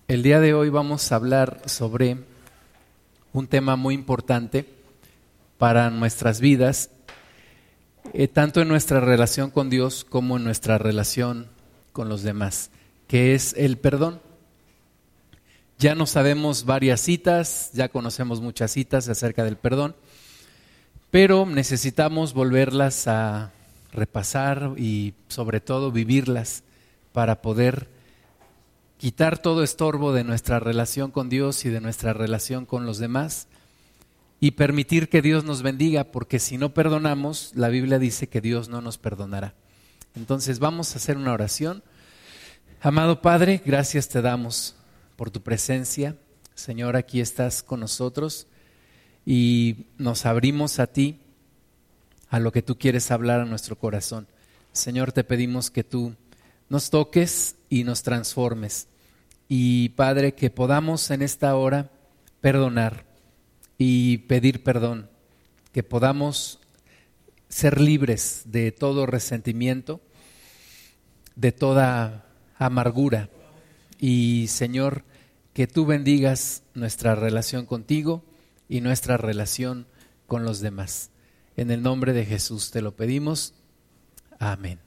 El día de hoy vamos a hablar sobre un tema muy importante para nuestras vidas, tanto en nuestra relación con Dios como en nuestra relación con los demás, que es el perdón. Ya nos sabemos varias citas, ya conocemos muchas citas acerca del perdón, pero necesitamos volverlas a repasar y sobre todo vivirlas para poder quitar todo estorbo de nuestra relación con Dios y de nuestra relación con los demás y permitir que Dios nos bendiga, porque si no perdonamos, la Biblia dice que Dios no nos perdonará. Entonces vamos a hacer una oración. Amado Padre, gracias te damos por tu presencia. Señor, aquí estás con nosotros y nos abrimos a ti, a lo que tú quieres hablar a nuestro corazón. Señor, te pedimos que tú nos toques y nos transformes. Y Padre, que podamos en esta hora perdonar y pedir perdón, que podamos ser libres de todo resentimiento, de toda amargura. Y Señor, que tú bendigas nuestra relación contigo y nuestra relación con los demás. En el nombre de Jesús te lo pedimos. Amén.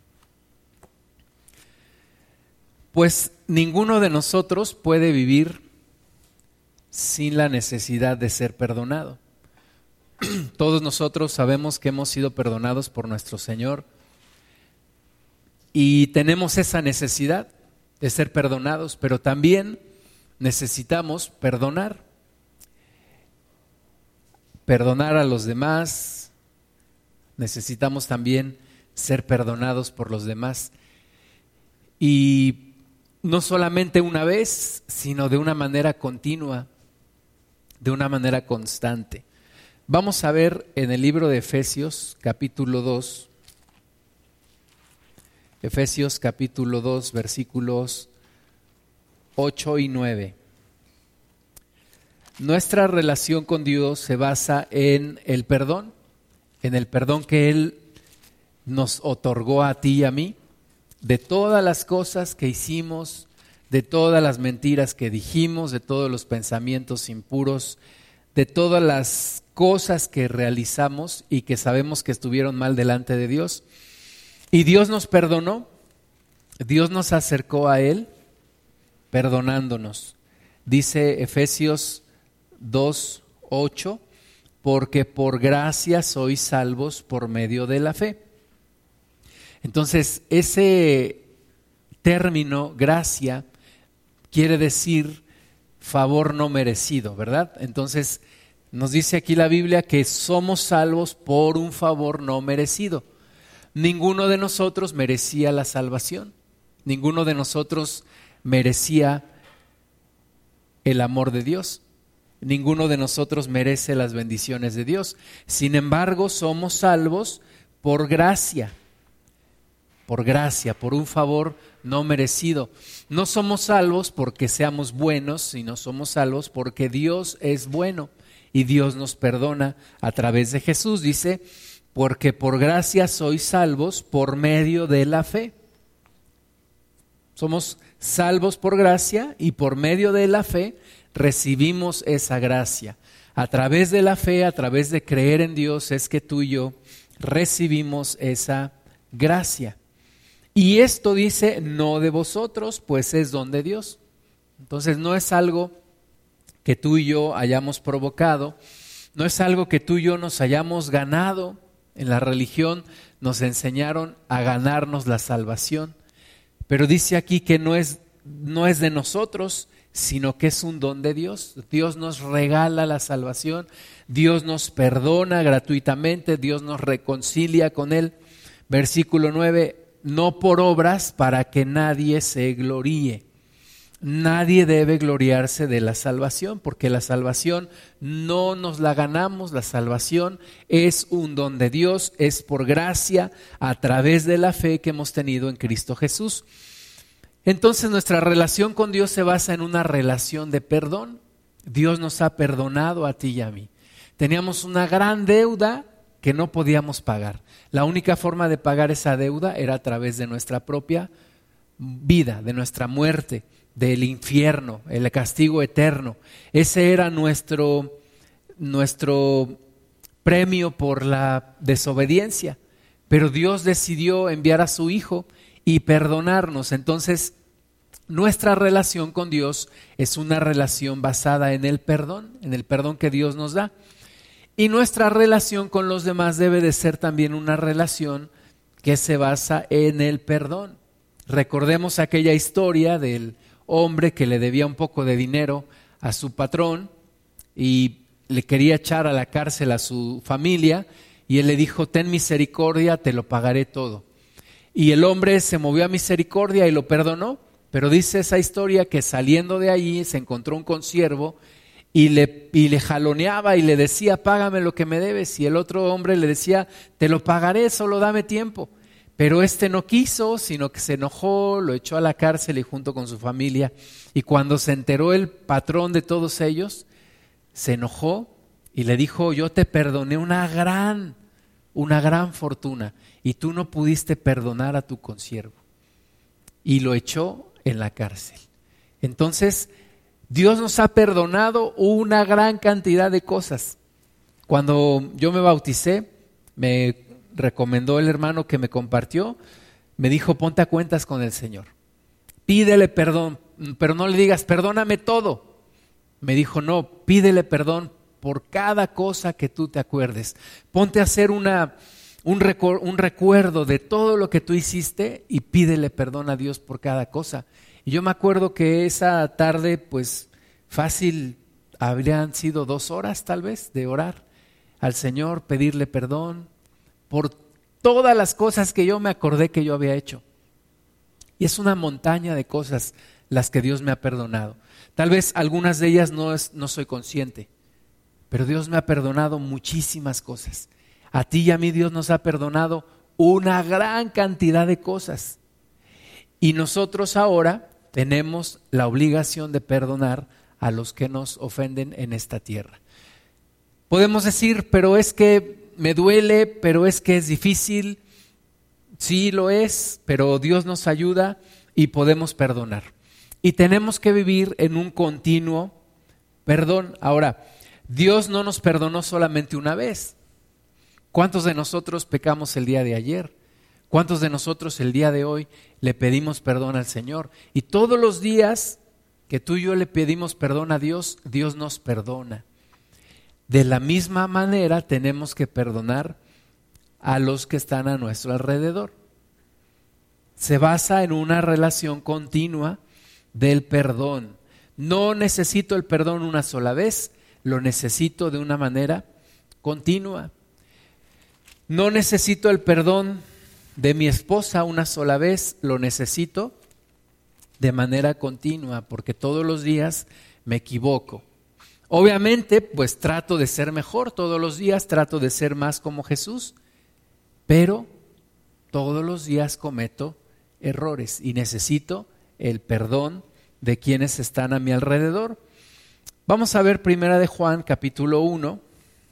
Pues ninguno de nosotros puede vivir sin la necesidad de ser perdonado. Todos nosotros sabemos que hemos sido perdonados por nuestro Señor y tenemos esa necesidad de ser perdonados, pero también necesitamos perdonar a los demás. Necesitamos también ser perdonados por los demás. Y no solamente una vez, sino de una manera continua, de una manera constante. Vamos a ver en el libro de Efesios, capítulo 2, Efesios capítulo 2, versículos 8 y 9. Nuestra relación con Dios se basa en el perdón que Él nos otorgó a ti y a mí, de todas las cosas que hicimos, de todas las mentiras que dijimos, de todos los pensamientos impuros, de todas las cosas que realizamos y que sabemos que estuvieron mal delante de Dios. Y Dios nos perdonó, Dios nos acercó a Él perdonándonos. Dice Efesios 2:8, porque por gracia sois salvos por medio de la fe. Entonces, ese término, gracia, quiere decir favor no merecido, ¿verdad? Entonces, nos dice aquí la Biblia que somos salvos por un favor no merecido. Ninguno de nosotros merecía la salvación. Ninguno de nosotros merecía el amor de Dios. Ninguno de nosotros merece las bendiciones de Dios. Sin embargo, somos salvos por gracia, por un favor no merecido. No somos salvos porque seamos buenos, sino somos salvos porque Dios es bueno y Dios nos perdona a través de Jesús. Dice, porque por gracia sois salvos por medio de la fe. Somos salvos por gracia y por medio de la fe recibimos esa gracia. A través de la fe, a través de creer en Dios, es que tú y yo recibimos esa gracia. Y esto dice, no de vosotros, pues es don de Dios. Entonces no es algo que tú y yo hayamos provocado, no es algo que tú y yo nos hayamos ganado. En la religión nos enseñaron a ganarnos la salvación, pero dice aquí que no es de nosotros, sino que es un don de Dios. Dios nos regala la salvación, Dios nos perdona gratuitamente, Dios nos reconcilia con Él. Versículo 9, no por obras para que nadie se gloríe. Nadie debe gloriarse de la salvación, porque la salvación no nos la ganamos, la salvación es un don de Dios, es por gracia a través de la fe que hemos tenido en Cristo Jesús. Entonces nuestra relación con Dios se basa en una relación de perdón. Dios nos ha perdonado a ti y a mí. Teníamos una gran deuda que no podíamos pagar. La única forma de pagar esa deuda era a través de nuestra propia vida, de nuestra muerte. del infierno, el castigo eterno. Ese era nuestro premio por la desobediencia. Pero Dios decidió enviar a su Hijo y perdonarnos. Entonces, nuestra relación con Dios es una relación basada en el perdón que Dios nos da. Y nuestra relación con los demás debe de ser también una relación que se basa en el perdón. Recordemos aquella historia del hombre que le debía un poco de dinero a su patrón y le quería echar a la cárcel a su familia, y él le dijo: ten misericordia, te lo pagaré todo. Y el hombre se movió a misericordia y lo perdonó, pero dice esa historia que saliendo de allí se encontró un consiervo y le jaloneaba y le decía: págame lo que me debes. Y el otro hombre le decía: te lo pagaré, solo dame tiempo. Pero este no quiso, sino que se enojó, lo echó a la cárcel y junto con su familia. Y cuando se enteró el patrón de todos ellos, se enojó y le dijo: yo te perdoné una gran fortuna y tú no pudiste perdonar a tu consiervo. Y lo echó en la cárcel. Entonces, Dios nos ha perdonado una gran cantidad de cosas. Cuando yo me bauticé, me recomendó el hermano que me compartió, me dijo: ponte a cuentas con el Señor, pídele perdón, pero no le digas perdóname todo. Me dijo: no, pídele perdón por cada cosa que tú te acuerdes. Ponte a hacer un recuerdo de todo lo que tú hiciste y pídele perdón a Dios por cada cosa. Y yo me acuerdo que esa tarde, pues fácil, habrían sido 2 horas tal vez de orar al Señor, pedirle perdón por todas las cosas que yo me acordé que yo había hecho. Y es una montaña de cosas las que Dios me ha perdonado. Tal vez algunas de ellas no soy consciente, pero Dios me ha perdonado muchísimas cosas. A ti y a mí Dios nos ha perdonado una gran cantidad de cosas. Y nosotros ahora tenemos la obligación de perdonar a los que nos ofenden en esta tierra. Podemos decir: pero es que me duele, pero es que es difícil. Sí lo es, pero Dios nos ayuda y podemos perdonar. Y tenemos que vivir en un continuo perdón. Ahora, Dios no nos perdonó solamente una vez. ¿Cuántos de nosotros pecamos el día de ayer? ¿Cuántos de nosotros el día de hoy le pedimos perdón al Señor? Y todos los días que tú y yo le pedimos perdón a Dios, Dios nos perdona. De la misma manera tenemos que perdonar a los que están a nuestro alrededor. Se basa en una relación continua del perdón. No necesito el perdón una sola vez, lo necesito de una manera continua. No necesito el perdón de mi esposa una sola vez, lo necesito de manera continua, porque todos los días me equivoco. Obviamente, pues trato de ser mejor todos los días, trato de ser más como Jesús, pero todos los días cometo errores y necesito el perdón de quienes están a mi alrededor. Vamos a ver 1 de Juan, capítulo 1,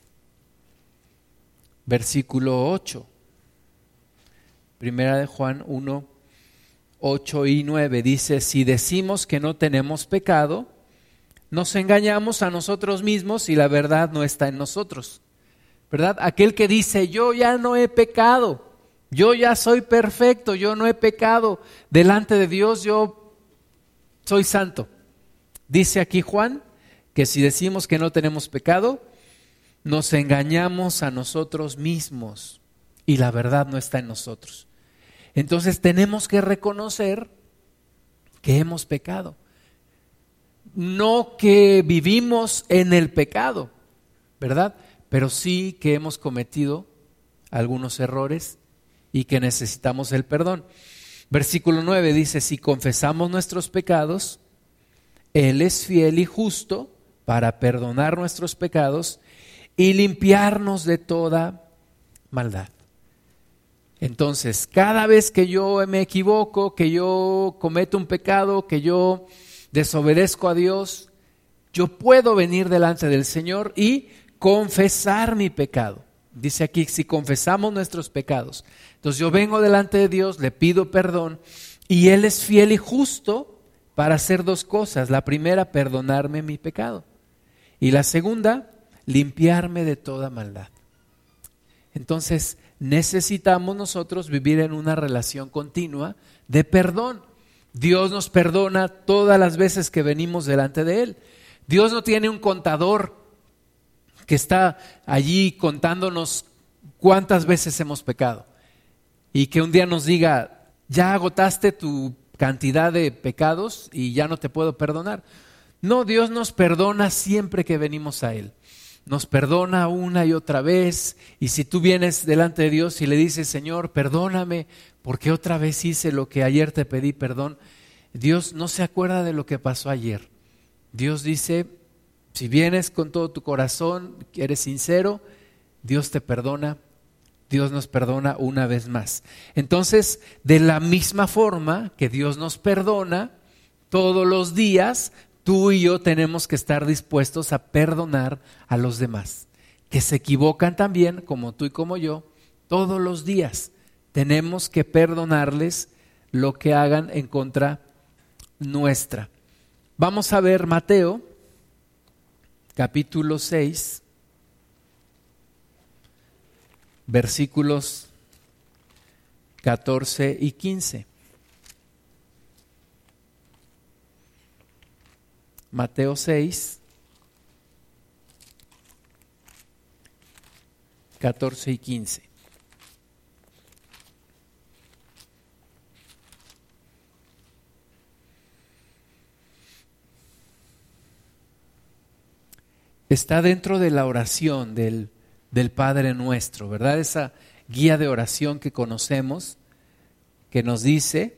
versículo 8. 1 de Juan 1, 8 y 9 dice: si decimos que no tenemos pecado, nos engañamos a nosotros mismos y la verdad no está en nosotros. ¿Verdad? Aquel que dice: yo ya no he pecado, yo ya soy perfecto, yo no he pecado, delante de Dios yo soy santo. Dice aquí Juan que si decimos que no tenemos pecado, nos engañamos a nosotros mismos y la verdad no está en nosotros. Entonces tenemos que reconocer que hemos pecado. No que vivimos en el pecado, ¿verdad? Pero sí que hemos cometido algunos errores y que necesitamos el perdón. Versículo 9 dice: si confesamos nuestros pecados, Él es fiel y justo para perdonar nuestros pecados y limpiarnos de toda maldad. Entonces, cada vez que yo me equivoco, que yo cometo un pecado, que yo desobedezco a Dios, yo puedo venir delante del Señor y confesar mi pecado. Dice aquí: si confesamos nuestros pecados. Entonces yo vengo delante de Dios, le pido perdón y Él es fiel y justo para hacer dos cosas. La primera, perdonarme mi pecado. Y la segunda, limpiarme de toda maldad. Entonces, necesitamos nosotros vivir en una relación continua de perdón. Dios nos perdona todas las veces que venimos delante de Él. Dios no tiene un contador que está allí contándonos cuántas veces hemos pecado y que un día nos diga, ya agotaste tu cantidad de pecados y ya no te puedo perdonar. No, Dios nos perdona siempre que venimos a Él. Nos perdona una y otra vez, y si tú vienes delante de Dios y le dices, Señor, perdóname porque otra vez hice lo que ayer te pedí perdón, Dios no se acuerda de lo que pasó ayer. Dios dice, si vienes con todo tu corazón, que eres sincero, Dios te perdona, Dios nos perdona una vez más. Entonces, de la misma forma que Dios nos perdona, todos los días tú y yo tenemos que estar dispuestos a perdonar a los demás, que se equivocan también, como tú y como yo, todos los días. Tenemos que perdonarles lo que hagan en contra nuestra. Vamos a ver Mateo, capítulo 6, versículos 14 y 15. Mateo 6, 14 y 15. Está dentro de la oración del Padre Nuestro, ¿verdad? Esa guía de oración que conocemos, que nos dice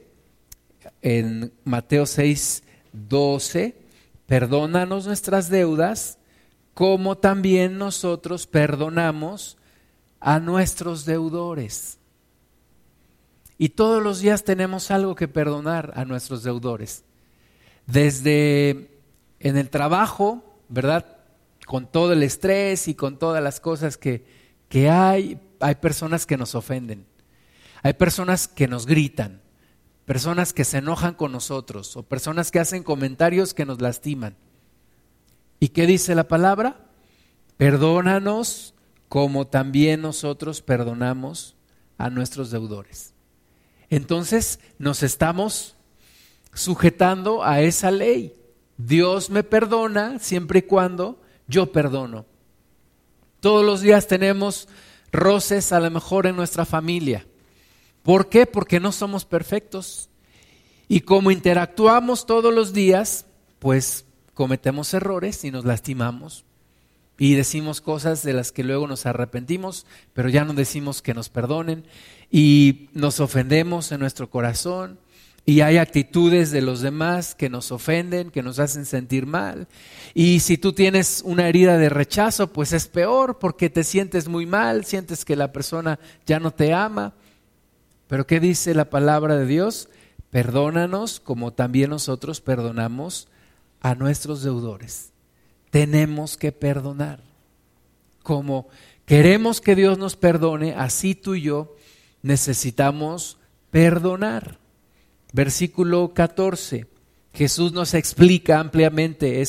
en Mateo 6, 12, perdónanos nuestras deudas, como también nosotros perdonamos a nuestros deudores. Y todos los días tenemos algo que perdonar a nuestros deudores. Desde en el trabajo, ¿verdad? Con todo el estrés y con todas las cosas que hay personas que nos ofenden. Hay personas que nos gritan, personas que se enojan con nosotros o personas que hacen comentarios que nos lastiman. ¿Y qué dice la palabra? Perdónanos como también nosotros perdonamos a nuestros deudores. Entonces nos estamos sujetando a esa ley. Dios me perdona siempre y cuando yo perdono. Todos los días tenemos roces a lo mejor en nuestra familia. ¿Por qué? Porque no somos perfectos. Y como interactuamos todos los días, pues cometemos errores y nos lastimamos. Y decimos cosas de las que luego nos arrepentimos, pero ya no decimos que nos perdonen. Y nos ofendemos en nuestro corazón. Y hay actitudes de los demás que nos ofenden, que nos hacen sentir mal. Y si tú tienes una herida de rechazo, pues es peor porque te sientes muy mal, sientes que la persona ya no te ama. Pero ¿qué dice la palabra de Dios? Perdónanos como también nosotros perdonamos a nuestros deudores. Tenemos que perdonar. Como queremos que Dios nos perdone, así tú y yo necesitamos perdonar. Versículo 14, Jesús nos explica ampliamente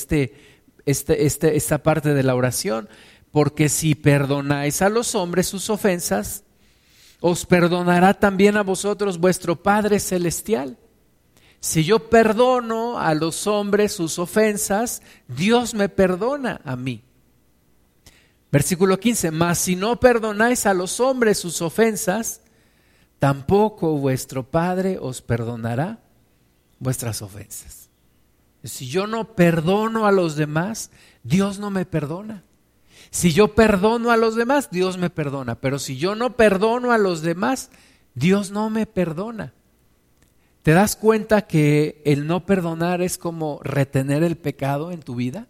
esta parte de la oración, porque si perdonáis a los hombres sus ofensas, os perdonará también a vosotros vuestro Padre Celestial. Si yo perdono a los hombres sus ofensas, Dios me perdona a mí. Versículo 15, mas si no perdonáis a los hombres sus ofensas, tampoco vuestro Padre os perdonará vuestras ofensas. Si yo no perdono a los demás, Dios no me perdona. Si yo perdono a los demás, Dios me perdona. Pero si yo no perdono a los demás, Dios no me perdona. ¿Te das cuenta que el no perdonar es como retener el pecado en tu vida?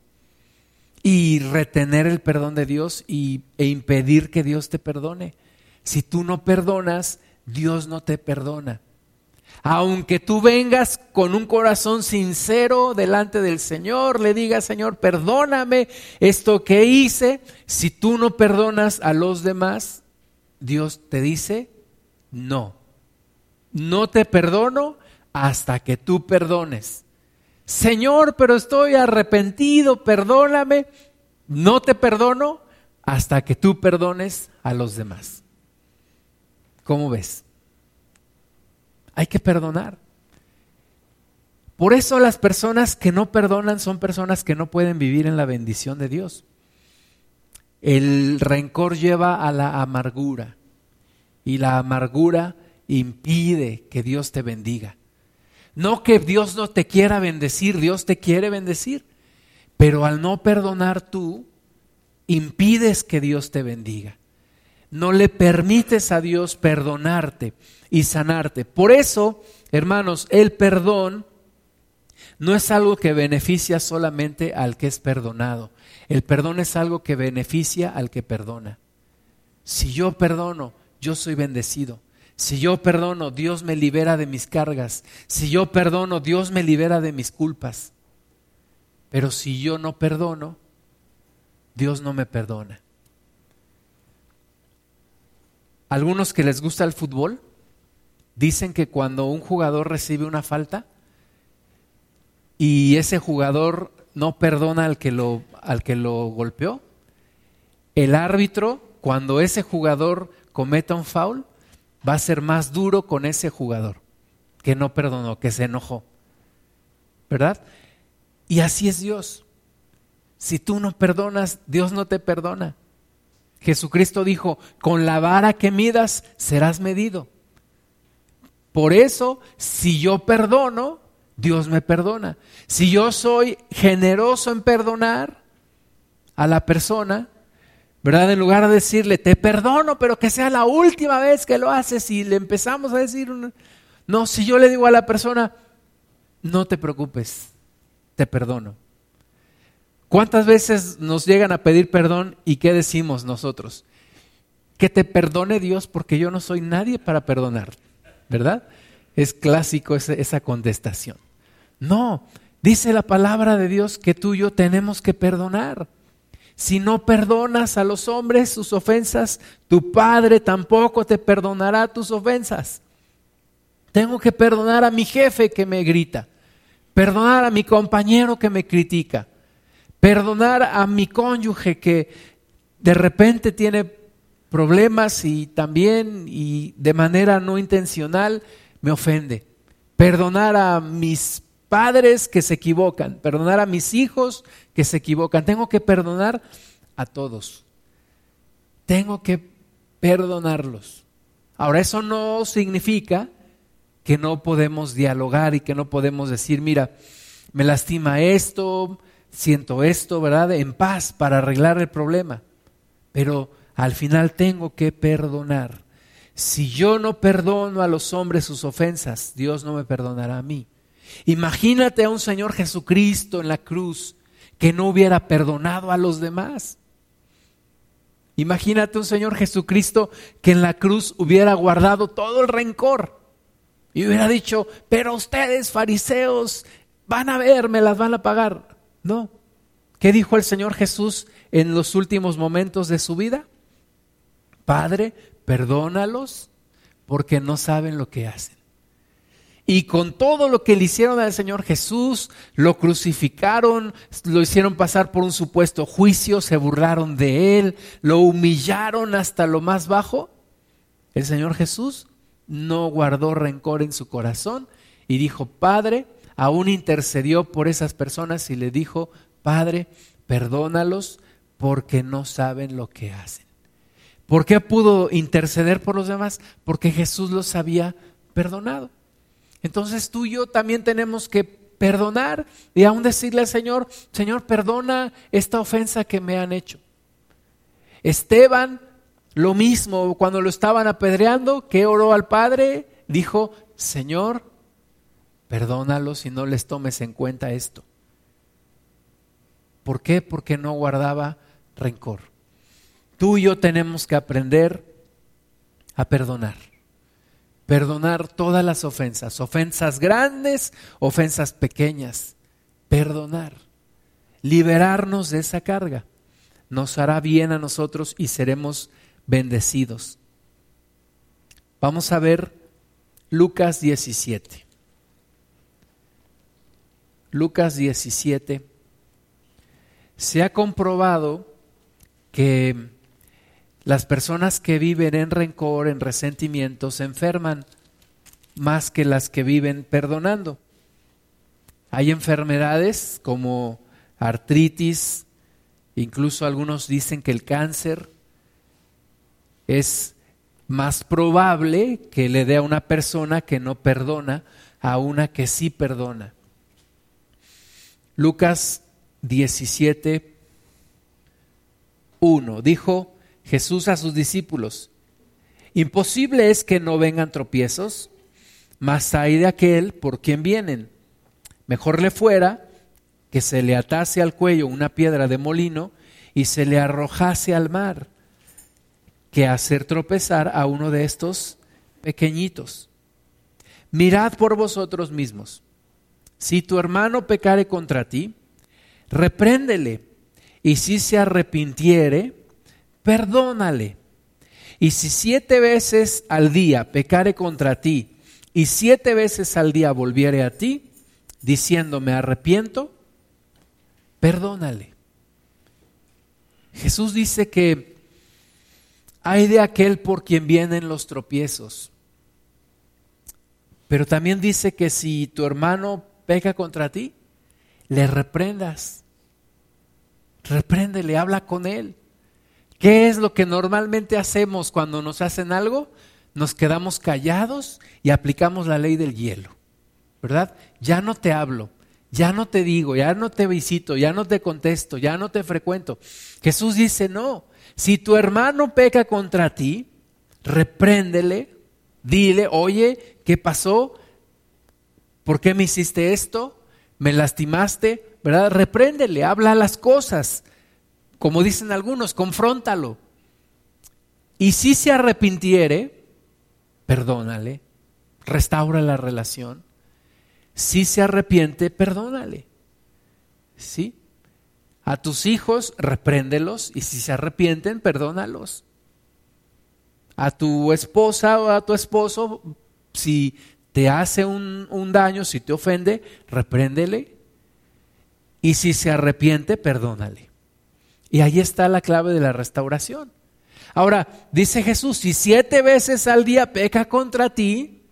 Y retener el perdón de Dios e impedir que Dios te perdone. Si tú no perdonas, Dios no te perdona. Aunque tú vengas con un corazón sincero delante del Señor, le digas, Señor, perdóname esto que hice. Si tú no perdonas a los demás, Dios te dice, no te perdono hasta que tú perdones. Señor, pero estoy arrepentido, perdóname. No te perdono hasta que tú perdones a los demás. ¿Cómo ves? Hay que perdonar. Por eso las personas que no perdonan son personas que no pueden vivir en la bendición de Dios. El rencor lleva a la amargura y la amargura impide que Dios te bendiga. No que Dios no te quiera bendecir, Dios te quiere bendecir, pero al no perdonar tú, impides que Dios te bendiga. No le permites a Dios perdonarte y sanarte. Por eso, hermanos, el perdón no es algo que beneficia solamente al que es perdonado. El perdón es algo que beneficia al que perdona. Si yo perdono, yo soy bendecido. Si yo perdono, Dios me libera de mis cargas. Si yo perdono, Dios me libera de mis culpas. Pero si yo no perdono, Dios no me perdona. Algunos que les gusta el fútbol dicen que cuando un jugador recibe una falta y ese jugador no perdona al que lo golpeó, el árbitro, cuando ese jugador cometa un foul, va a ser más duro con ese jugador que no perdonó, que se enojó, ¿verdad? Y así es Dios. Si tú no perdonas, Dios no te perdona. Jesucristo dijo, con la vara que midas serás medido. Por eso, si yo perdono, Dios me perdona. Si yo soy generoso en perdonar a la persona, ¿verdad? En lugar de decirle, te perdono, pero que sea la última vez que lo haces, y le empezamos a decir, no, si yo le digo a la persona, no te preocupes, te perdono. ¿Cuántas veces nos llegan a pedir perdón y qué decimos nosotros? Que te perdone Dios porque yo no soy nadie para perdonar, ¿verdad? Es clásico esa contestación. No, dice la palabra de Dios que tú y yo tenemos que perdonar. Si no perdonas a los hombres sus ofensas, tu Padre tampoco te perdonará tus ofensas. Tengo que perdonar a mi jefe que me grita, perdonar a mi compañero que me critica, perdonar a mi cónyuge que de repente tiene problemas y también y de manera no intencional me ofende. Perdonar a mis padres que se equivocan, perdonar a mis hijos que se equivocan. Tengo que perdonar a todos. Tengo que perdonarlos. Ahora, eso no significa que no podemos dialogar y que no podemos decir, mira, me lastima esto, siento esto, ¿verdad? En paz para arreglar el problema. Pero al final tengo que perdonar. Si yo no perdono a los hombres sus ofensas, Dios no me perdonará a mí. Imagínate a un Señor Jesucristo en la cruz que no hubiera perdonado a los demás. Imagínate un Señor Jesucristo que en la cruz hubiera guardado todo el rencor y hubiera dicho, pero ustedes fariseos van a ver, me las van a pagar. No. ¿Qué dijo el Señor Jesús en los últimos momentos de su vida? Padre, perdónalos porque no saben lo que hacen. Y con todo lo que le hicieron al Señor Jesús, lo crucificaron, lo hicieron pasar por un supuesto juicio, se burlaron de él, lo humillaron hasta lo más bajo. El Señor Jesús no guardó rencor en su corazón y dijo, Padre, aún intercedió por esas personas y le dijo, Padre, perdónalos porque no saben lo que hacen. ¿Por qué pudo interceder por los demás? Porque Jesús los había perdonado. Entonces tú y yo también tenemos que perdonar y aún decirle al Señor, Señor, perdona esta ofensa que me han hecho. Esteban, lo mismo, cuando lo estaban apedreando, que oró al Padre, dijo, Señor, perdónalos y no les tomes en cuenta esto. ¿Por qué? Porque no guardaba rencor. Tú y yo tenemos que aprender a perdonar. Perdonar todas las ofensas, ofensas grandes, ofensas pequeñas. Perdonar, liberarnos de esa carga. Nos hará bien a nosotros y seremos bendecidos. Vamos a ver Lucas 17. Lucas 17, se ha comprobado que las personas que viven en rencor, en resentimiento, se enferman más que las que viven perdonando. Hay enfermedades como artritis, incluso algunos dicen que el cáncer es más probable que le dé a una persona que no perdona a una que sí perdona. Lucas 17, 1, dijo Jesús a sus discípulos: imposible es que no vengan tropiezos, mas hay de aquel por quien vienen. Mejor le fuera que se le atase al cuello una piedra de molino y se le arrojase al mar, que hacer tropezar a uno de estos pequeñitos. Mirad por vosotros mismos. Si tu hermano pecare contra ti, repréndele, y si se arrepintiere, perdónale. Y si 7 veces al día pecare contra ti, y 7 veces al día volviere a ti, diciendo me arrepiento, perdónale. Jesús dice que hay de aquel por quien vienen los tropiezos. Pero también dice que si tu hermano peca contra ti, le reprendas. Repréndele, habla con él. ¿Qué es lo que normalmente hacemos cuando nos hacen algo? Nos quedamos callados y aplicamos la ley del hielo, ¿verdad? Ya no te hablo, ya no te digo, ya no te visito, ya no te contesto, ya no te frecuento. Jesús dice, no, si tu hermano peca contra ti, repréndele, dile, oye, ¿qué pasó? ¿Por qué me hiciste esto? ¿Me lastimaste? ¿Verdad? Repréndele, habla las cosas. Como dicen algunos, confróntalo. Y si se arrepintiere, perdónale, restaura la relación. Si se arrepiente, perdónale. ¿Sí? A tus hijos, repréndelos, y si se arrepienten, perdónalos. A tu esposa o a tu esposo, si te hace un daño, si te ofende, repréndele, y si se arrepiente, perdónale. Y ahí está la clave de la restauración. Ahora, dice Jesús, si 7 veces al día peca contra ti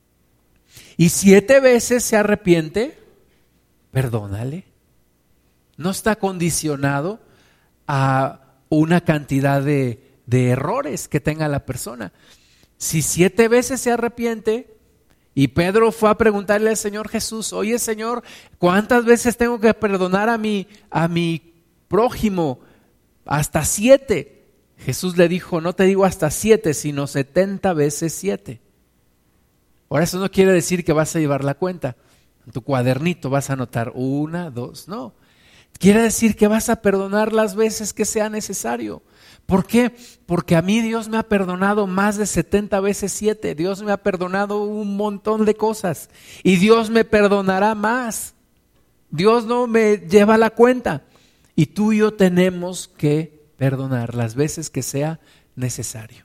y 7 veces se arrepiente, perdónale. No está condicionado a una cantidad de errores que tenga la persona. Si 7 veces se arrepiente, y Pedro fue a preguntarle al Señor Jesús, oye Señor, ¿cuántas veces tengo que perdonar a mi prójimo? Hasta 7. Jesús le dijo, no te digo hasta 7, sino 70 veces 7. Ahora eso no quiere decir que vas a llevar la cuenta. En tu cuadernito vas a anotar 1, 2, no. Quiere decir que vas a perdonar las veces que sea necesario. ¿Por qué? Porque a mí Dios me ha perdonado más de 70 veces 7. Dios me ha perdonado un montón de cosas. Y Dios me perdonará más. Dios no me lleva la cuenta. Y tú y yo tenemos que perdonar las veces que sea necesario.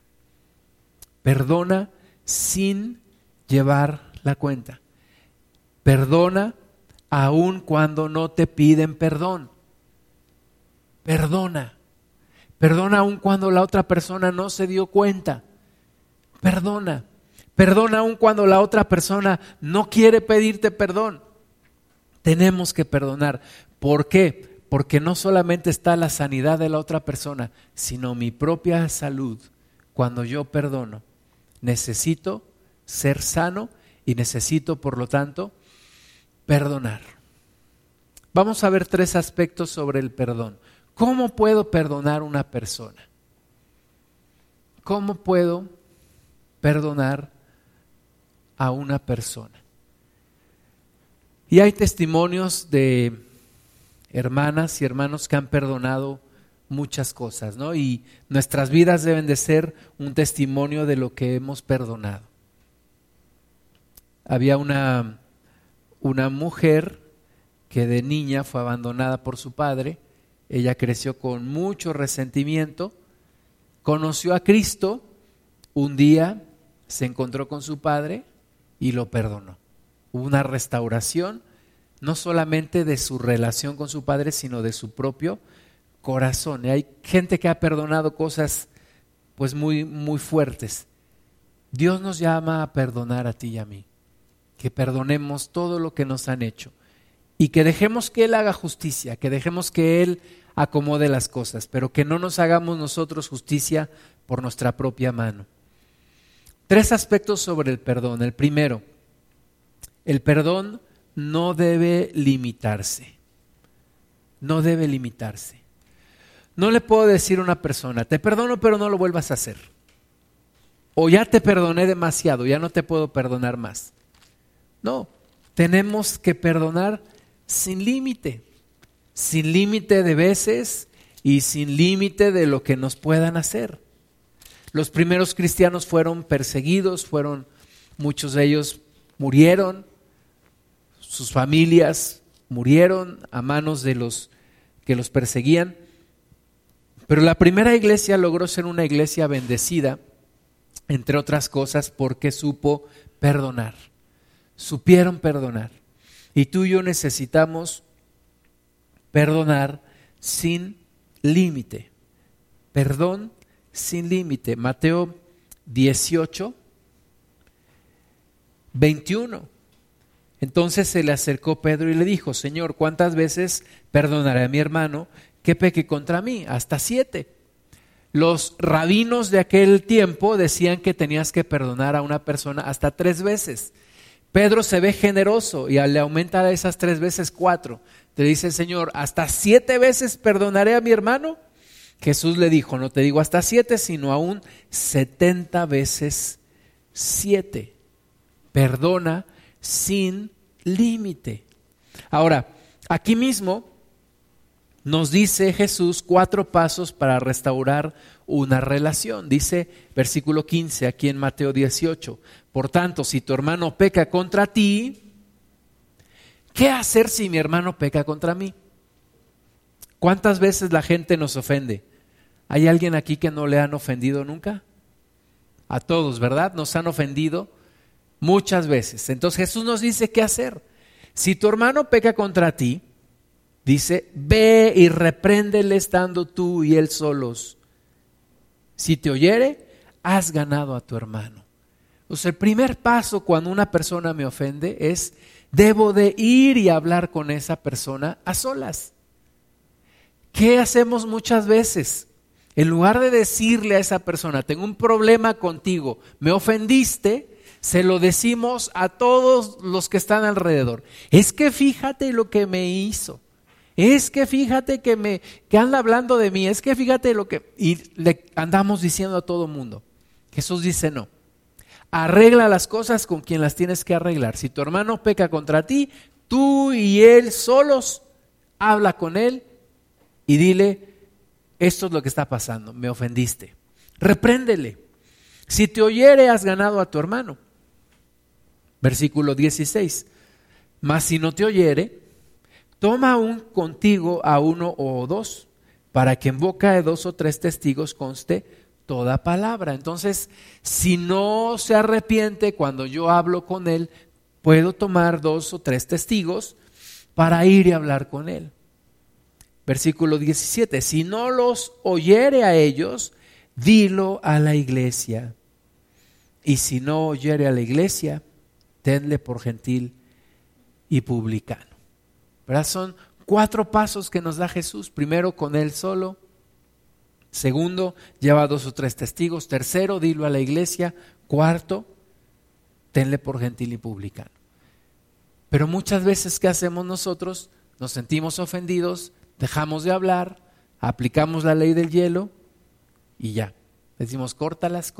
Perdona sin llevar la cuenta. Perdona aun cuando no te piden perdón. Perdona. Perdona aun cuando la otra persona no se dio cuenta. Perdona. Perdona aun cuando la otra persona no quiere pedirte perdón. Tenemos que perdonar. ¿Por qué? Porque no solamente está la sanidad de la otra persona, sino mi propia salud. Cuando yo perdono, necesito ser sano y necesito, por lo tanto, perdonar. Vamos a ver 3 aspectos sobre el perdón. ¿Cómo puedo perdonar a una persona? ¿Cómo puedo perdonar a una persona? Y hay testimonios de hermanas y hermanos que han perdonado muchas cosas, ¿no? Y nuestras vidas deben de ser un testimonio de lo que hemos perdonado. Había una mujer que de niña fue abandonada por su padre. Ella creció con mucho resentimiento, conoció a Cristo, un día se encontró con su padre y lo perdonó. Hubo una restauración no solamente de su relación con su padre, sino de su propio corazón. Y hay gente que ha perdonado cosas pues muy, muy fuertes. Dios nos llama a perdonar a ti y a mí, que perdonemos todo lo que nos han hecho y que dejemos que Él haga justicia, que dejemos que Él acomode las cosas, pero que no nos hagamos nosotros justicia por nuestra propia mano. 3 aspectos sobre el perdón. El primero, el perdón no debe limitarse. No debe limitarse. No le puedo decir a una persona, te perdono pero no lo vuelvas a hacer. O ya te perdoné demasiado, ya no te puedo perdonar más. No, tenemos que perdonar sin límite de veces y sin límite de lo que nos puedan hacer. Los primeros cristianos fueron perseguidos, muchos de ellos murieron, sus familias murieron a manos de los que los perseguían. Pero la primera iglesia logró ser una iglesia bendecida, entre otras cosas, porque supo perdonar. Supieron perdonar. Y tú y yo necesitamos perdonar sin límite. Perdón sin límite. Mateo 18, 21. Entonces se le acercó Pedro y le dijo, Señor, ¿cuántas veces perdonaré a mi hermano que peque contra mí? Hasta 7. Los rabinos de aquel tiempo decían que tenías que perdonar a una persona hasta 3 veces. Pedro se ve generoso y le aumenta a esas 3 veces 4. Te dice, Señor, ¿hasta 7 veces perdonaré a mi hermano? Jesús le dijo, no te digo hasta 7, sino aún 70 veces 7. Perdona sin límite. Ahora, aquí mismo nos dice Jesús 4 pasos para restaurar una relación. Dice versículo 15 aquí en Mateo 18. Por tanto, si tu hermano peca contra ti, ¿qué hacer si mi hermano peca contra mí? ¿Cuántas veces la gente nos ofende? ¿Hay alguien aquí que no le han ofendido nunca? A todos, ¿verdad? Nos han ofendido muchas veces. Entonces Jesús nos dice qué hacer. Si tu hermano peca contra ti, dice, ve y repréndele estando tú y él solos. Si te oyere, has ganado a tu hermano. O sea, el primer paso cuando una persona me ofende es, debo de ir y hablar con esa persona a solas. ¿Qué hacemos muchas veces? En lugar de decirle a esa persona, tengo un problema contigo, me ofendiste, se lo decimos a todos los que están alrededor. Es que fíjate lo que me hizo. Es que fíjate que anda hablando de mí. Es que fíjate lo que... Y le andamos diciendo a todo mundo. Jesús dice no. Arregla las cosas con quien las tienes que arreglar. Si tu hermano peca contra ti, tú y él solos, habla con él y dile, esto es lo que está pasando, me ofendiste. Repréndele. Si te oyere, has ganado a tu hermano. Versículo 16. Mas si no te oyere, toma aún contigo a 1 o 2, para que en boca de 2 o 3 testigos conste toda palabra. Entonces, si no se arrepiente cuando yo hablo con él, puedo tomar 2 o 3 testigos para ir y hablar con él. Versículo 17. Si no los oyere a ellos, dilo a la iglesia. Y si no oyere a la iglesia, tenle por gentil y publicano. ¿Verdad? Son 4 pasos que nos da Jesús. Primero, con él solo. Segundo, lleva 2 o 3 testigos. Tercero, dilo a la iglesia. Cuarto, tenle por gentil y publicano. Pero muchas veces, ¿qué hacemos nosotros? Nos sentimos ofendidos, dejamos de hablar, aplicamos la ley del hielo y ya. Decimos, córtalas.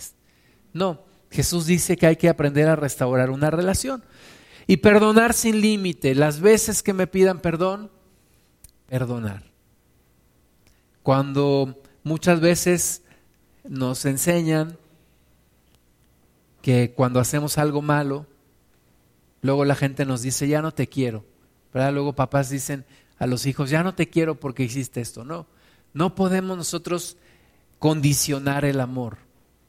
No, Jesús dice que hay que aprender a restaurar una relación. Y perdonar sin límite. Las veces que me pidan perdón, perdonar. Cuando muchas veces nos enseñan que cuando hacemos algo malo, luego la gente nos dice, ya no te quiero. ¿Verdad? Luego papás dicen a los hijos, ya no te quiero porque hiciste esto. No podemos nosotros condicionar el amor.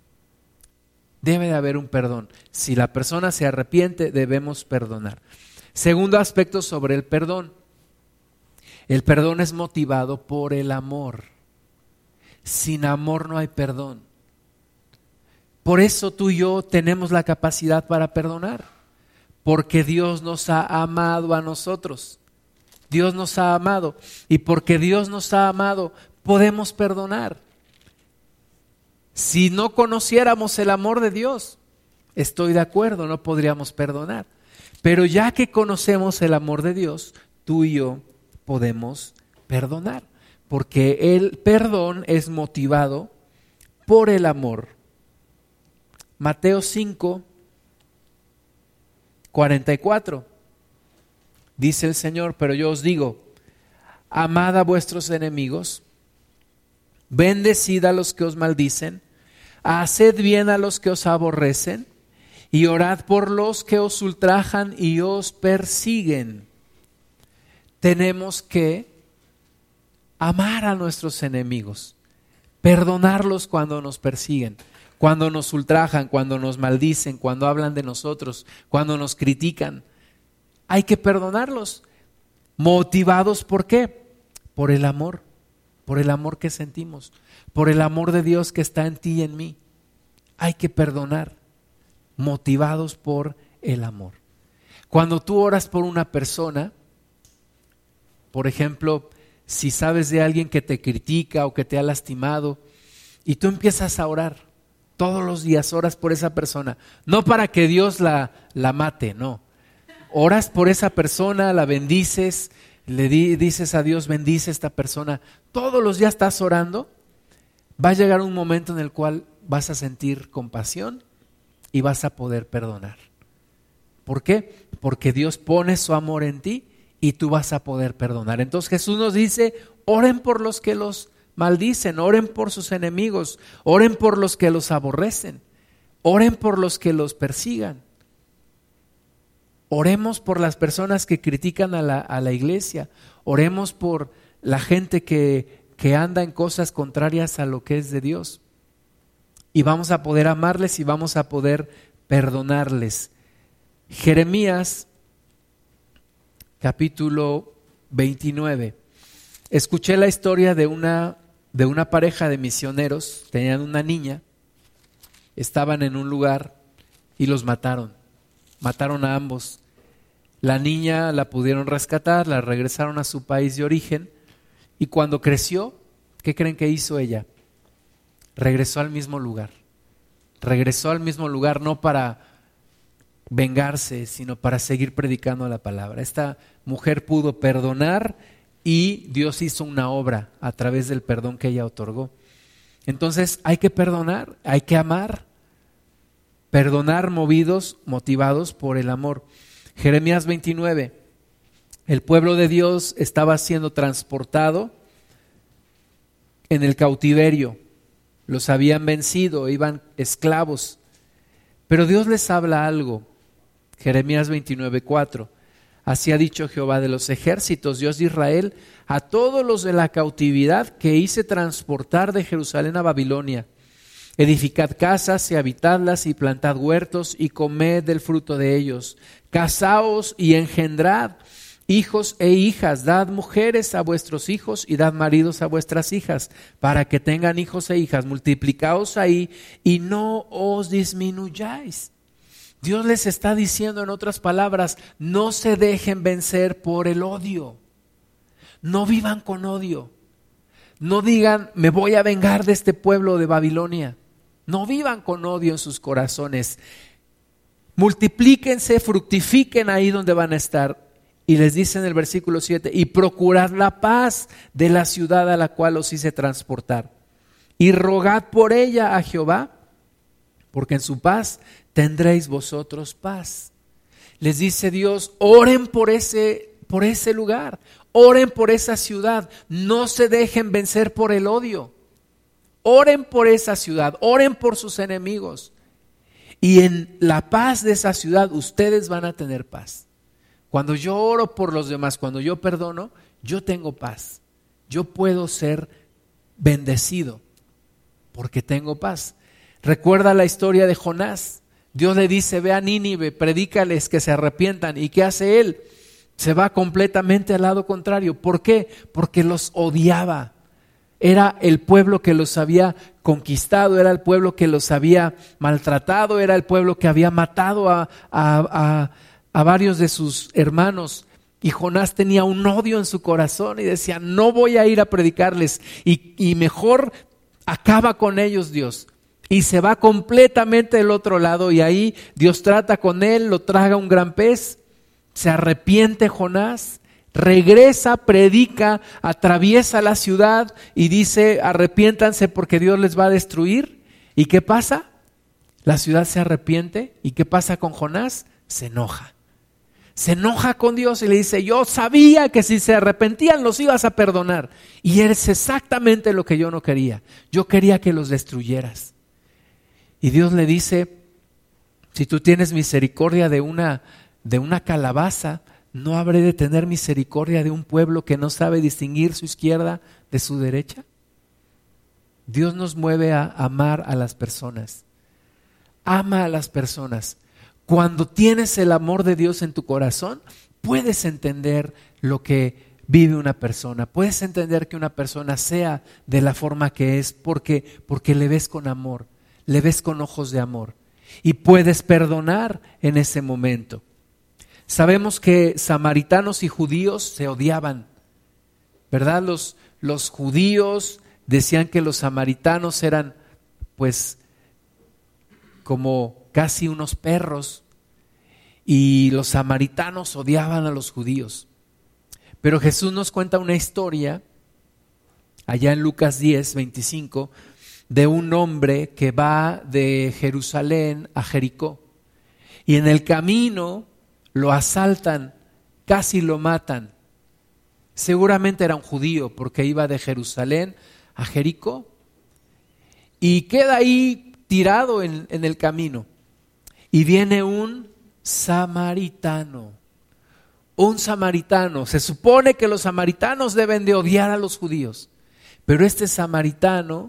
Debe de haber un perdón. Si la persona se arrepiente, debemos perdonar. Segundo aspecto sobre el perdón. El perdón es motivado por el amor. Sin amor no hay perdón. Por eso tú y yo tenemos la capacidad para perdonar, porque Dios nos ha amado a nosotros. Dios nos ha amado, y porque Dios nos ha amado, podemos perdonar. Si no conociéramos el amor de Dios, estoy de acuerdo, no podríamos perdonar. Pero ya que conocemos el amor de Dios, tú y yo podemos perdonar, porque el perdón es motivado por el amor. Mateo 5:44 dice el Señor: pero yo os digo, amad a vuestros enemigos, bendecid a los que os maldicen, haced bien a los que os aborrecen, y orad por los que os ultrajan y os persiguen. Tenemos que amar a nuestros enemigos, perdonarlos cuando nos persiguen, cuando nos ultrajan, cuando nos maldicen, cuando hablan de nosotros, cuando nos critican. Hay que perdonarlos. ¿Motivados por qué? Por el amor que sentimos, por el amor de Dios que está en ti y en mí. Hay que perdonar, motivados por el amor. Cuando tú oras por una persona, por ejemplo, si sabes de alguien que te critica o que te ha lastimado, y tú empiezas a orar, todos los días oras por esa persona, no para que Dios la mate, no. Oras por esa persona, la bendices, le dices a Dios, bendice a esta persona. Todos los días estás orando. Va a llegar un momento en el cual vas a sentir compasión y vas a poder perdonar. ¿Por qué? Porque Dios pone su amor en ti y tú vas a poder perdonar. Entonces Jesús nos dice, oren por los que los maldicen, oren por sus enemigos, oren por los que los aborrecen, oren por los que los persigan. Oremos por las personas que critican a la iglesia, oremos por la gente que anda en cosas contrarias a lo que es de Dios. Y vamos a poder amarles y vamos a poder perdonarles. Jeremías capítulo 29. Escuché la historia de una pareja de misioneros, tenían una niña, estaban en un lugar y los mataron a ambos. La niña la pudieron rescatar, la regresaron a su país de origen y cuando creció, ¿qué creen que hizo ella? Regresó al mismo lugar no para vengarse, sino para seguir predicando la palabra. Esta mujer pudo perdonar y Dios hizo una obra a través del perdón que ella otorgó. Entonces hay que perdonar, hay que amar, perdonar motivados por el amor. Jeremías 29, el pueblo de Dios estaba siendo transportado en el cautiverio, los habían vencido, iban esclavos, pero Dios les habla algo. Jeremías 29:4, así ha dicho Jehová de los ejércitos, Dios de Israel, a todos los de la cautividad que hice transportar de Jerusalén a Babilonia. Edificad casas y habitadlas y plantad huertos y comed del fruto de ellos. Casaos y engendrad hijos e hijas, dad mujeres a vuestros hijos y dad maridos a vuestras hijas, para que tengan hijos e hijas. Multiplicaos ahí y no os disminuyáis. Dios les está diciendo en otras palabras, no se dejen vencer por el odio. No vivan con odio. No digan, me voy a vengar de este pueblo de Babilonia. No vivan con odio en sus corazones. Multiplíquense, fructifiquen ahí donde van a estar. Y les dice en el versículo 7, y procurad la paz de la ciudad a la cual os hice transportar. Y rogad por ella a Jehová, porque en su paz tendréis vosotros paz. Les dice Dios, oren por ese lugar, oren por esa ciudad, no se dejen vencer por el odio. Oren por esa ciudad, oren por sus enemigos. Y en la paz de esa ciudad ustedes van a tener paz. Cuando yo oro por los demás, cuando yo perdono, yo tengo paz. Yo puedo ser bendecido porque tengo paz. Recuerda la historia de Jonás. Dios le dice, ve a Nínive, predícales que se arrepientan. ¿Y qué hace él? Se va completamente al lado contrario. ¿Por qué? Porque los odiaba. Era el pueblo que los había conquistado, era el pueblo que los había maltratado, era el pueblo que había matado a varios de sus hermanos. Y Jonás tenía un odio en su corazón y decía, no voy a ir a predicarles y mejor acaba con ellos Dios. Y se va completamente del otro lado y ahí Dios trata con él, lo traga un gran pez, se arrepiente Jonás, regresa, predica, atraviesa la ciudad y dice, arrepiéntanse porque Dios les va a destruir. ¿Y qué pasa? La ciudad se arrepiente. ¿Y qué pasa con Jonás? Se enoja. Se enoja con Dios y le dice, yo sabía que si se arrepentían los ibas a perdonar. Y eres exactamente lo que yo no quería. Yo quería que los destruyeras. Y Dios le dice, si tú tienes misericordia de una calabaza, ¿no habré de tener misericordia de un pueblo que no sabe distinguir su izquierda de su derecha? Dios nos mueve a amar a las personas. Ama a las personas. Cuando tienes el amor de Dios en tu corazón, puedes entender lo que vive una persona. Puedes entender que una persona sea de la forma que es porque le ves con amor, le ves con ojos de amor y puedes perdonar en ese momento. Sabemos que samaritanos y judíos se odiaban, ¿verdad? Los judíos decían que los samaritanos eran pues como casi unos perros y los samaritanos odiaban a los judíos. Pero Jesús nos cuenta una historia allá en Lucas 10, 25 de un hombre que va de Jerusalén a Jericó y en el camino lo asaltan, casi lo matan. Seguramente era un judío porque iba de Jerusalén a Jericó y queda ahí tirado en el camino. Y viene un samaritano. Un samaritano. Se supone que los samaritanos deben de odiar a los judíos, pero este samaritano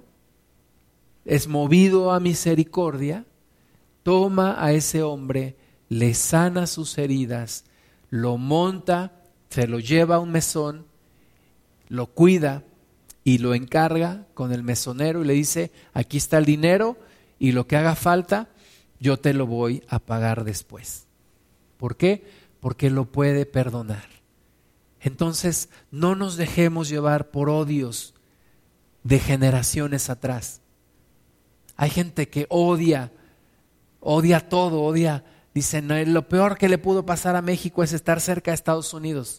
es movido a misericordia, toma a ese hombre, le sana sus heridas, lo monta, se lo lleva a un mesón, lo cuida y lo encarga con el mesonero y le dice, aquí está el dinero y lo que haga falta, yo te lo voy a pagar después. ¿Por qué? Porque lo puede perdonar. Entonces, no nos dejemos llevar por odios de generaciones atrás. Hay gente que odia todo, dicen, no, lo peor que le pudo pasar a México es estar cerca de Estados Unidos.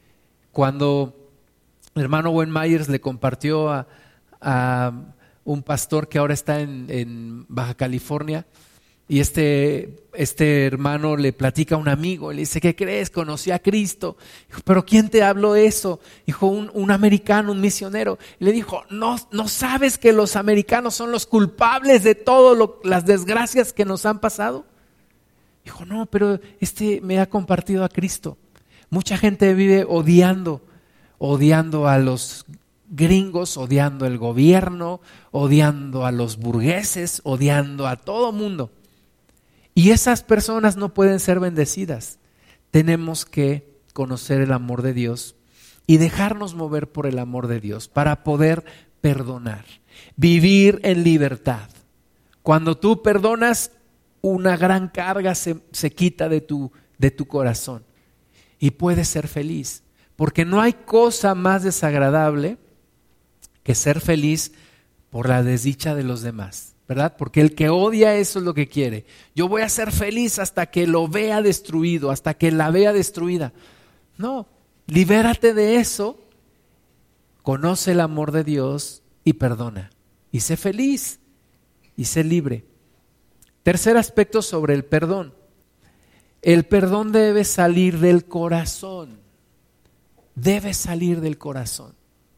Cuando el hermano Wayne Myers le compartió a un pastor que ahora está en Baja California, y este hermano le platica a un amigo, le dice, ¿qué crees? Conocí a Cristo. Dijo, ¿pero quién te habló eso? Dijo, un americano, un misionero. Y le dijo, ¿no sabes que los americanos son los culpables de todas las desgracias que nos han pasado? Dijo, no, pero me ha compartido a Cristo. Mucha gente vive odiando a los gringos, odiando el gobierno, odiando a los burgueses, odiando a todo mundo. Y esas personas no pueden ser bendecidas. Tenemos que conocer el amor de Dios y dejarnos mover por el amor de Dios para poder perdonar, vivir en libertad. Cuando tú perdonas, una gran carga se quita de tu corazón y puedes ser feliz, porque no hay cosa más desagradable que ser feliz por la desdicha de los demás, ¿verdad? Porque el que odia eso es lo que quiere. Yo voy a ser feliz hasta que lo vea destruido, hasta que la vea destruida. No, libérate de eso, conoce el amor de Dios y perdona. Y sé feliz y sé libre. Tercer aspecto sobre el perdón. El perdón debe salir del corazón. Debe salir del corazón.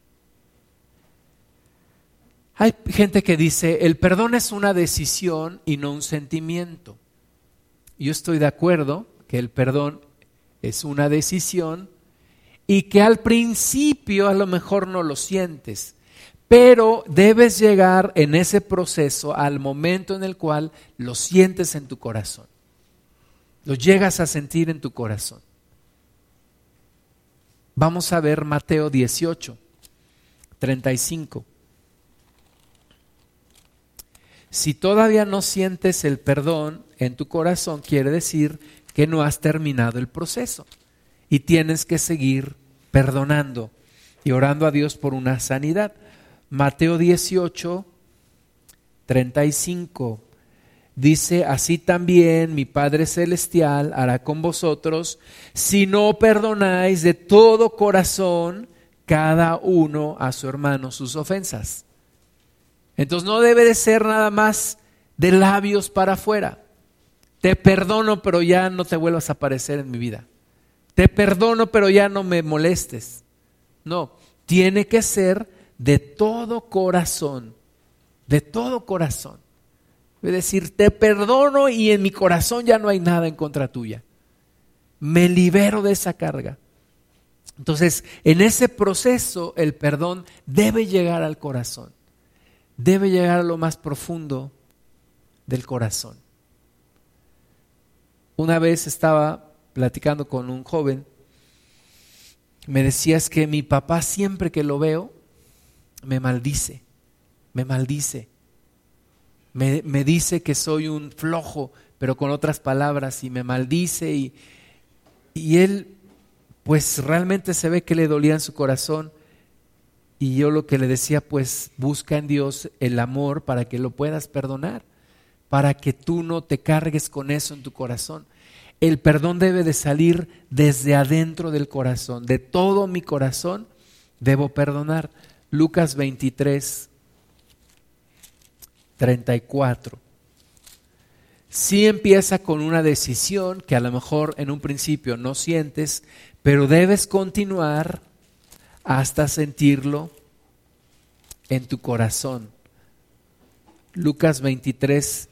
Hay gente que dice, el perdón es una decisión y no un sentimiento. Yo estoy de acuerdo que el perdón es una decisión y que al principio a lo mejor no lo sientes, Pero debes llegar en ese proceso al momento en el cual lo sientes en tu corazón. Lo llegas a sentir en tu corazón. Vamos a ver Mateo 18, 35. Si todavía no sientes el perdón en tu corazón, quiere decir que no has terminado el proceso y tienes que seguir perdonando y orando a Dios por una sanidad. Mateo 18, 35 dice: así también mi Padre Celestial hará con vosotros si no perdonáis de todo corazón cada uno a su hermano sus ofensas. Entonces no debe de ser nada más de labios para afuera. Te perdono, pero ya no te vuelvas a aparecer en mi vida. Te perdono, pero ya no me molestes. No, tiene que ser de todo corazón, de todo corazón. Es decir, te perdono y en mi corazón ya no hay nada en contra tuya. Me libero de esa carga. Entonces, en ese proceso, el perdón debe llegar al corazón. Debe llegar a lo más profundo del corazón. Una vez estaba platicando con un joven, me decía: es que mi papá siempre que lo veo, me maldice, me maldice. Me dice que soy un flojo, pero con otras palabras, y me maldice y él pues realmente se ve que le dolía en su corazón. Y yo lo que le decía, pues busca en Dios el amor para que lo puedas perdonar, para que tú no te cargues con eso en tu corazón. El perdón debe de salir desde adentro del corazón, de todo mi corazón debo perdonar. Lucas 23, 34. Sí empieza con una decisión que a lo mejor en un principio no sientes, pero debes continuar hasta sentirlo en tu corazón. Lucas 23,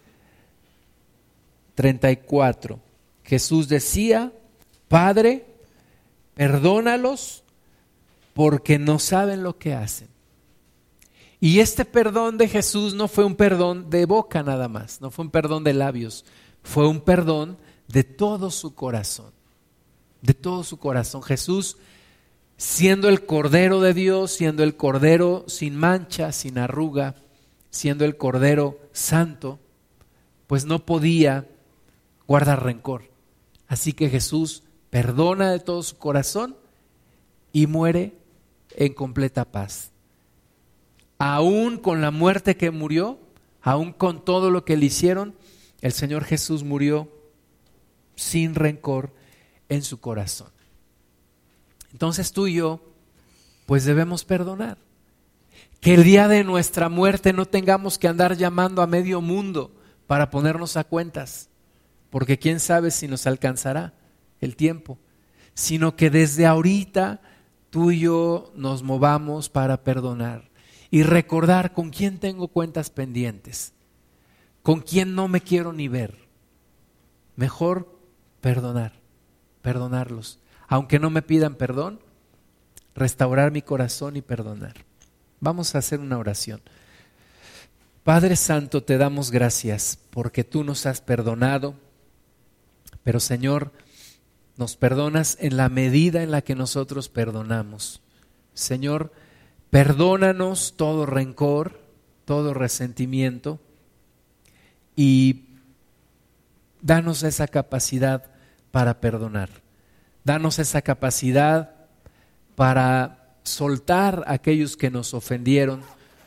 34. Jesús decía: Padre, perdónalos porque no saben lo que hacen. Y este perdón de Jesús no fue un perdón de boca nada más, no fue un perdón de labios, fue un perdón de todo su corazón, de todo su corazón. Jesús, siendo el Cordero de Dios, siendo el Cordero sin mancha, sin arruga, siendo el Cordero santo, pues no podía guardar rencor. Así que Jesús perdona de todo su corazón y muere en completa paz. Aún con la muerte que murió, aún con todo lo que le hicieron, el Señor Jesús murió sin rencor en su corazón. Entonces tú y yo, pues debemos perdonar. Que el día de nuestra muerte no tengamos que andar llamando a medio mundo para ponernos a cuentas, porque quién sabe si nos alcanzará el tiempo, sino que desde ahorita tú y yo nos movamos para perdonar y recordar con quién tengo cuentas pendientes, con quién no me quiero ni ver. Mejor perdonarlos. Aunque no me pidan perdón, restaurar mi corazón y perdonar. Vamos a hacer una oración. Padre Santo, te damos gracias porque tú nos has perdonado, pero Señor, nos perdonas en la medida en la que nosotros perdonamos. Señor, perdónanos todo rencor, todo resentimiento y danos esa capacidad para perdonar. Danos esa capacidad para soltar a aquellos que nos ofendieron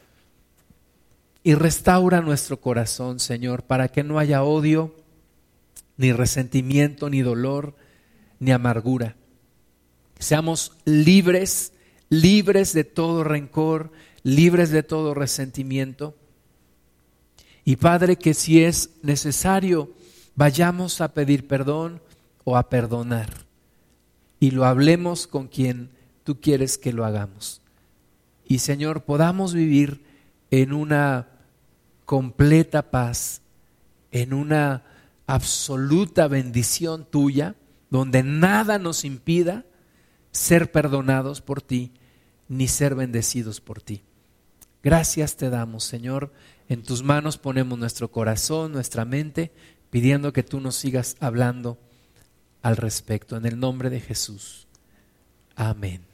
y restaura nuestro corazón, Señor, para que no haya odio, ni resentimiento, ni dolor, ni amargura. Seamos libres de todo rencor, libres de todo resentimiento. Y Padre, que si es necesario, vayamos a pedir perdón o a perdonar. Y lo hablemos con quien tú quieres que lo hagamos. Y Señor, podamos vivir en una completa paz, en una absoluta bendición tuya, donde nada nos impida ser perdonados por ti, ni ser bendecidos por ti. Gracias te damos, Señor. En tus manos ponemos nuestro corazón, nuestra mente, pidiendo que tú nos sigas hablando al respecto. En el nombre de Jesús. Amén.